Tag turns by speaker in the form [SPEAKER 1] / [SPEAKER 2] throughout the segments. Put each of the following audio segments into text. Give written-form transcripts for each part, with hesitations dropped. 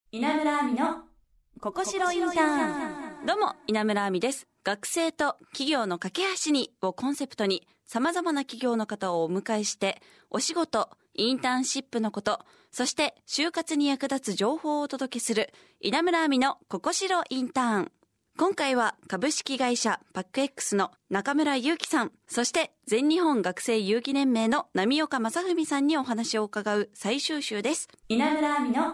[SPEAKER 1] 稲村亜美のここしろインターン。どうも、稲村亜美です。学生と企業の架け橋にをコンセプトに様々な企業の方をお迎えしてお仕事、インターンシップのこと、そして就活に役立つ情報をお届けする稲村亜美のここしろインターン。今回は株式会社パック X の中村祐樹さん、そして全日本学生有機連盟の波岡正文さんにお話を伺う最終週です。稲村亜美の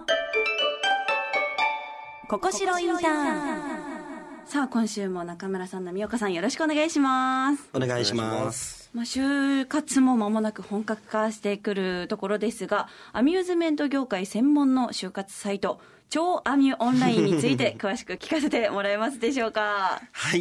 [SPEAKER 1] ここしろインターン。さあ、今週も中村さん、波岡さん、よろしくお願いします。
[SPEAKER 2] お願いします。
[SPEAKER 1] 就活も間もなく本格化してくるところですが、アミューズメント業界専門の就活サイト、超アミュオンラインについて詳しく聞かせてもらえますでしょうか。
[SPEAKER 2] はい。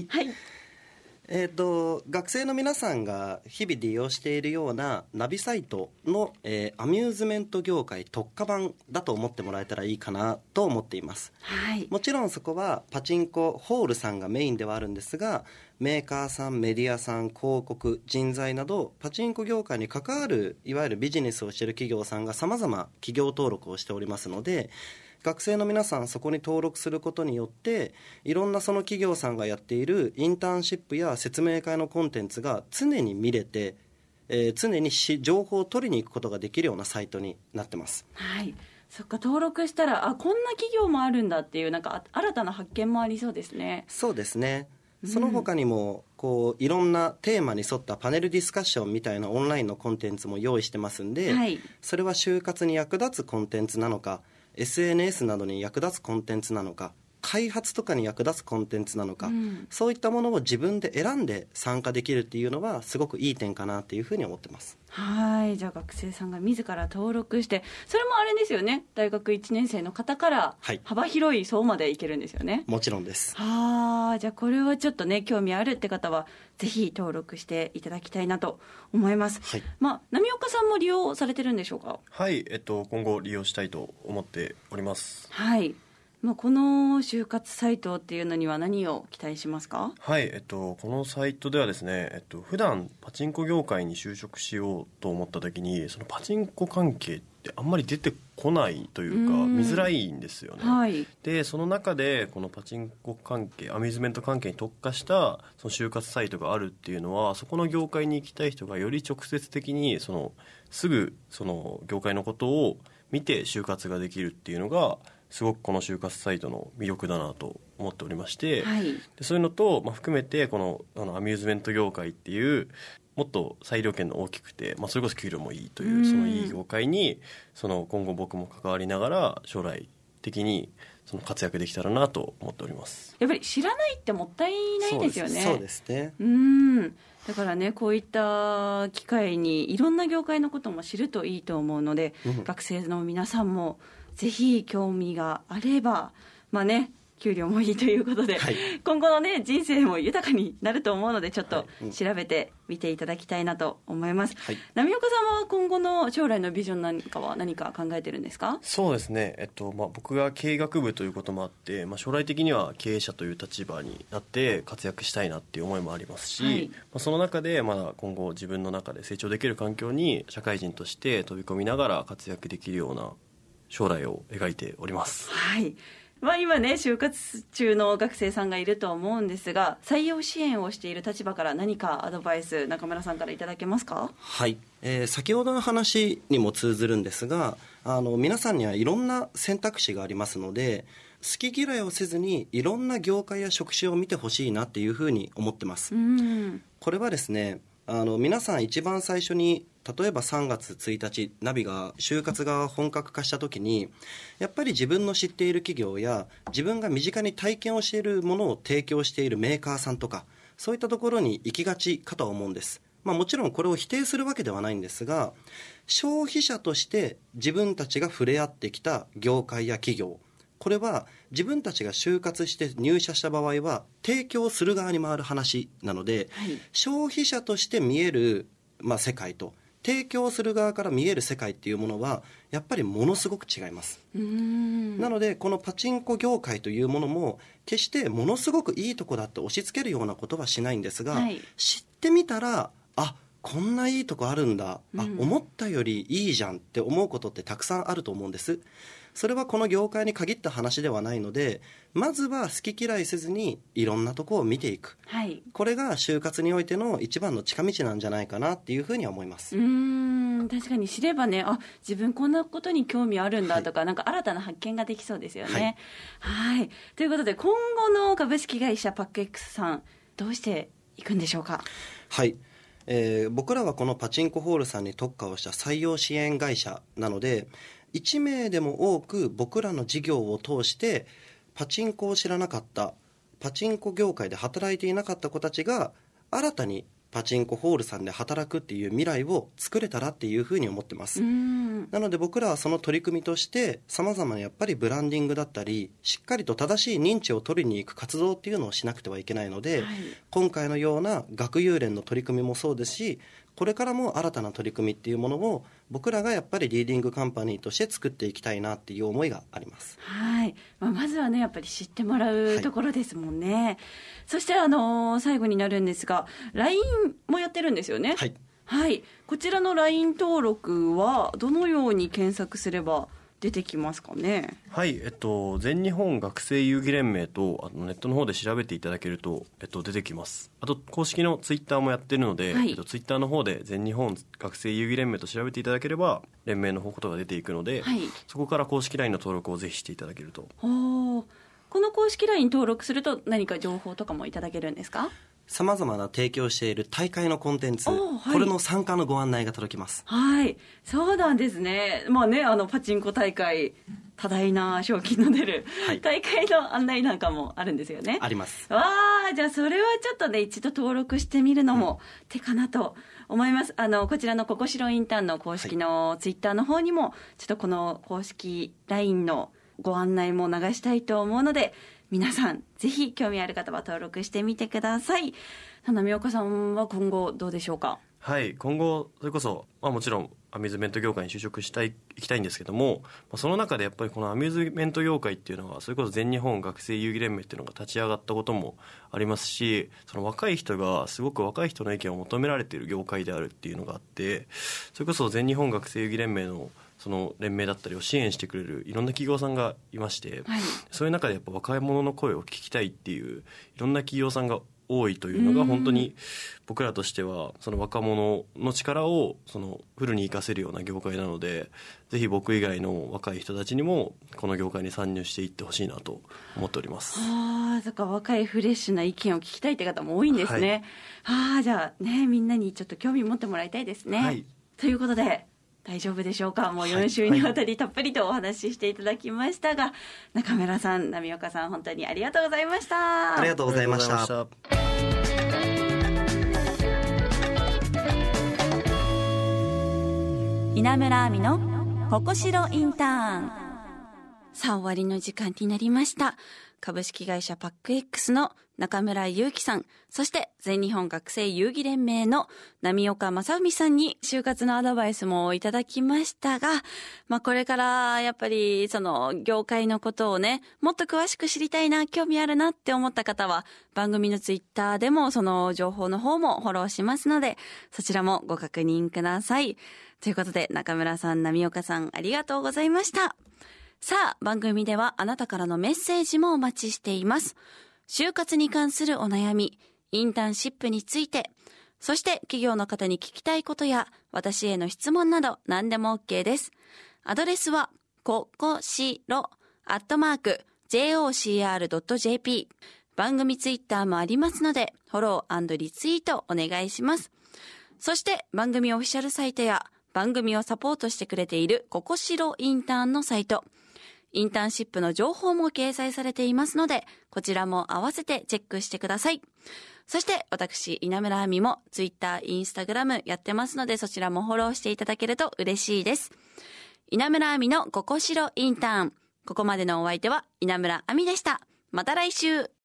[SPEAKER 2] 学生の皆さんが日々利用しているようなナビサイトの、アミューズメント業界特化版だと思ってもらえたらいいかなと思っています。
[SPEAKER 1] はい。
[SPEAKER 2] もちろんそこはパチンコホールさんがメインではあるんですが、メーカーさん、メディアさん、広告、人材などパチンコ業界に関わるいわゆるビジネスをしている企業さんが様々企業登録をしておりますので、学生の皆さんそこに登録することによっていろんなその企業さんがやっているインターンシップや説明会のコンテンツが常に見れて、常に情報を取りに行くことができるようなサイトになってます。
[SPEAKER 1] はい。そっか、登録したらこんな企業もあるんだっていう、なんか新たな発見もありそうですね。
[SPEAKER 2] そうですね。その他にもいろんなテーマに沿ったパネルディスカッションみたいなオンラインのコンテンツも用意してますんで、
[SPEAKER 1] はい、
[SPEAKER 2] それは就活に役立つコンテンツなのか、SNS などに役立つコンテンツなのか、開発とかに役立つコンテンツなのか、そういったものを自分で選んで参加できるっていうのはすごくいい点かなっていうふうに思ってます。
[SPEAKER 1] はい。じゃあ学生さんが自ら登録して、それもあれですよね、大学1年生の方から幅広い層までいけるんですよね。
[SPEAKER 2] もちろんです。
[SPEAKER 1] じゃあこれはちょっとね、興味あるって方はぜひ登録していただきたいなと思います。
[SPEAKER 2] はい。
[SPEAKER 1] 波岡さんも利用されてるんでしょうか。
[SPEAKER 3] はい、今後利用したいと思っております。
[SPEAKER 1] はい。この就活サイトっていうのには何を期待しますか。
[SPEAKER 3] はい、このサイトではですね、普段パチンコ業界に就職しようと思った時に、そのパチンコ関係ってあんまり出てこないというか、見づらいんですよね。
[SPEAKER 1] はい。
[SPEAKER 3] で、その中でこのパチンコ関係、アミューズメント関係に特化したその就活サイトがあるっていうのは、そこの業界に行きたい人がより直接的にすぐその業界のことを見て就活ができるっていうのがすごくこの就活サイトの魅力だなと思っておりまして、
[SPEAKER 1] はい、
[SPEAKER 3] でそういうのと、含めてこのアミューズメント業界っていうもっと裁量権の大きくて、それこそ給料もいいというそのいい業界に今後僕も関わりながら将来的に活躍できたらなと思っております。
[SPEAKER 1] やっぱり知らないってもったいないですよね。
[SPEAKER 2] そうですね。
[SPEAKER 1] だからね、こういった機会にいろんな業界のことも知るといいと思うので、学生の皆さんもぜひ興味があれば、給料もいいということで、はい、今後のね、人生も豊かになると思うので、ちょっと調べてみていただきたいなと思います。はい、波岡さんは今後の将来のビジョンなんかは何か考えてるんですか。
[SPEAKER 3] そうですね。僕が経営学部ということもあって、将来的には経営者という立場になって活躍したいなっていう思いもありますし、はい、その中でまだ今後自分の中で成長できる環境に社会人として飛び込みながら活躍できるような将来を描いております。
[SPEAKER 1] はい。今ね、就活中の学生さんがいると思うんですが、採用支援をしている立場から何かアドバイス、中村さんからいただけますか。
[SPEAKER 2] はい。先ほどの話にも通ずるんですが、皆さんにはいろんな選択肢がありますので、好き嫌いをせずにいろんな業界や職種を見てほしいなっていうふうに思ってます。これはですね、皆さん一番最初に例えば3月1日ナビが就活が本格化した時にやっぱり自分の知っている企業や自分が身近に体験をしているものを提供しているメーカーさんとかそういったところに行きがちかとは思うんです。もちろんこれを否定するわけではないんですが、消費者として自分たちが触れ合ってきた業界や企業、これは自分たちが就活して入社した場合は提供する側に回る話なので、はい、消費者として見える、世界と提供する側から見える世界っていうものはやっぱりものすごく違います。なのでこのパチンコ業界というものも決してものすごくいいとこだって押し付けるようなことはしないんですが、はい、知ってみたらこんないいとこあるんだ、思ったよりいいじゃんって思うことってたくさんあると思うんです。 それはこの業界に限った話ではないので、まずは好き嫌いせずにいろんなところを見ていく、
[SPEAKER 1] はい、
[SPEAKER 2] これが就活においての一番の近道なんじゃないかなっていうふうには思います。
[SPEAKER 1] 確かに知ればね、自分こんなことに興味あるんだとか、なんか新たな発見ができそうですよね。はい、ということで今後の株式会社パック X さんどうしていくんでしょうか。
[SPEAKER 2] はい、僕らはこのパチンコホールさんに特化をした採用支援会社なので、1名でも多く僕らの事業を通してパチンコを知らなかった、パチンコ業界で働いていなかった子たちが新たにパチンコホールさんで働くっていう未来を作れたらっていうふうに思ってます。なので僕らはその取り組みとして様々なやっぱりブランディングだったり、しっかりと正しい認知を取りに行く活動っていうのをしなくてはいけないので、今回のような学友連の取り組みもそうですし、これからも新たな取り組みっていうものを僕らがやっぱりリーディングカンパニーとして作っていきたいなっていう思いがあります。
[SPEAKER 1] はい、まずはねやっぱり知ってもらうところですもんね。そして最後になるんですが LINE もやってるんですよね。
[SPEAKER 2] はい、
[SPEAKER 1] はい、こちらの LINE 登録はどのように検索すれば出てきますかね。
[SPEAKER 3] はい、全日本学生遊戯連盟とネットの方で調べていただけると、出てきます。あと公式のツイッターもやってるので、ツイッターの方で全日本学生遊戯連盟と調べていただければ連盟のことが出ていくので、そこから公式 LINE の登録をぜひしていただけると。
[SPEAKER 1] この公式 LINE 登録すると何か情報とかもいただけるんですか。
[SPEAKER 2] さまざまな提供している大会のコンテンツ、これの参加のご案内が届きます。
[SPEAKER 1] はい、そうなんですね。パチンコ大会多大な賞金の出る、大会の案内なんかもあるんですよね。
[SPEAKER 2] あります。
[SPEAKER 1] じゃあそれはちょっとね一度登録してみるのも手かなと思います。こちらのココシロインターンの公式のツイッターの方にもちょっとこの公式 LINE のご案内も流したいと思うので、皆さんぜひ興味ある方は登録してみてください。波岡さんは今後どうでしょうか。
[SPEAKER 3] はい、今後それこそ、もちろんアミューズメント業界に就職いきたいんですけども、その中でやっぱりこのアミューズメント業界っていうのはそれこそ全日本学生遊戯連盟っていうのが立ち上がったこともありますし、その若い人がすごく若い人の意見を求められている業界であるっていうのがあって、それこそ全日本学生遊戯連盟のその連盟だったりを支援してくれるいろんな企業さんがいまして、そういう中でやっぱ若者の声を聞きたいっていういろんな企業さんが多いというのが本当に僕らとしてはその若者の力をそのフルに活かせるような業界なので、ぜひ僕以外の若い人たちにもこの業界に参入していってほしいなと思っております。
[SPEAKER 1] だから若いフレッシュな意見を聞きたいって方も多いんですね。じゃあねみんなにちょっと興味持ってもらいたいですね。ということで大丈夫でしょうか。もう4週にわたりたっぷりとお話ししていただきましたが、中村さん、波岡さん、本当にありがとうございました。
[SPEAKER 2] ありがとうございました。
[SPEAKER 1] 稲村亜美のココシロインターン。さあ終わりの時間になりました。株式会社パック X の中村祐樹さん、そして全日本学生遊戯連盟の波岡正文さんに就活のアドバイスもいただきましたが、これからやっぱりその業界のことをね、もっと詳しく知りたいな、興味あるなって思った方は番組のツイッターでもその情報の方もフォローしますので、そちらもご確認ください。ということで中村さん、波岡さん、ありがとうございました。さあ、番組ではあなたからのメッセージもお待ちしています。就活に関するお悩み、インターンシップについて、そして企業の方に聞きたいことや私への質問など何でも OK です。アドレスはここしろ@jocr.jp。 番組ツイッターもありますのでフォロー&リツイートお願いします。そして番組オフィシャルサイトや番組をサポートしてくれているココシロインターンのサイト、インターンシップの情報も掲載されていますので、こちらも合わせてチェックしてください。そして私稲村亜美もツイッター、インスタグラムやってますので、そちらもフォローしていただけると嬉しいです。稲村亜美のココシロインターン。ここまでのお相手は稲村亜美でした。また来週。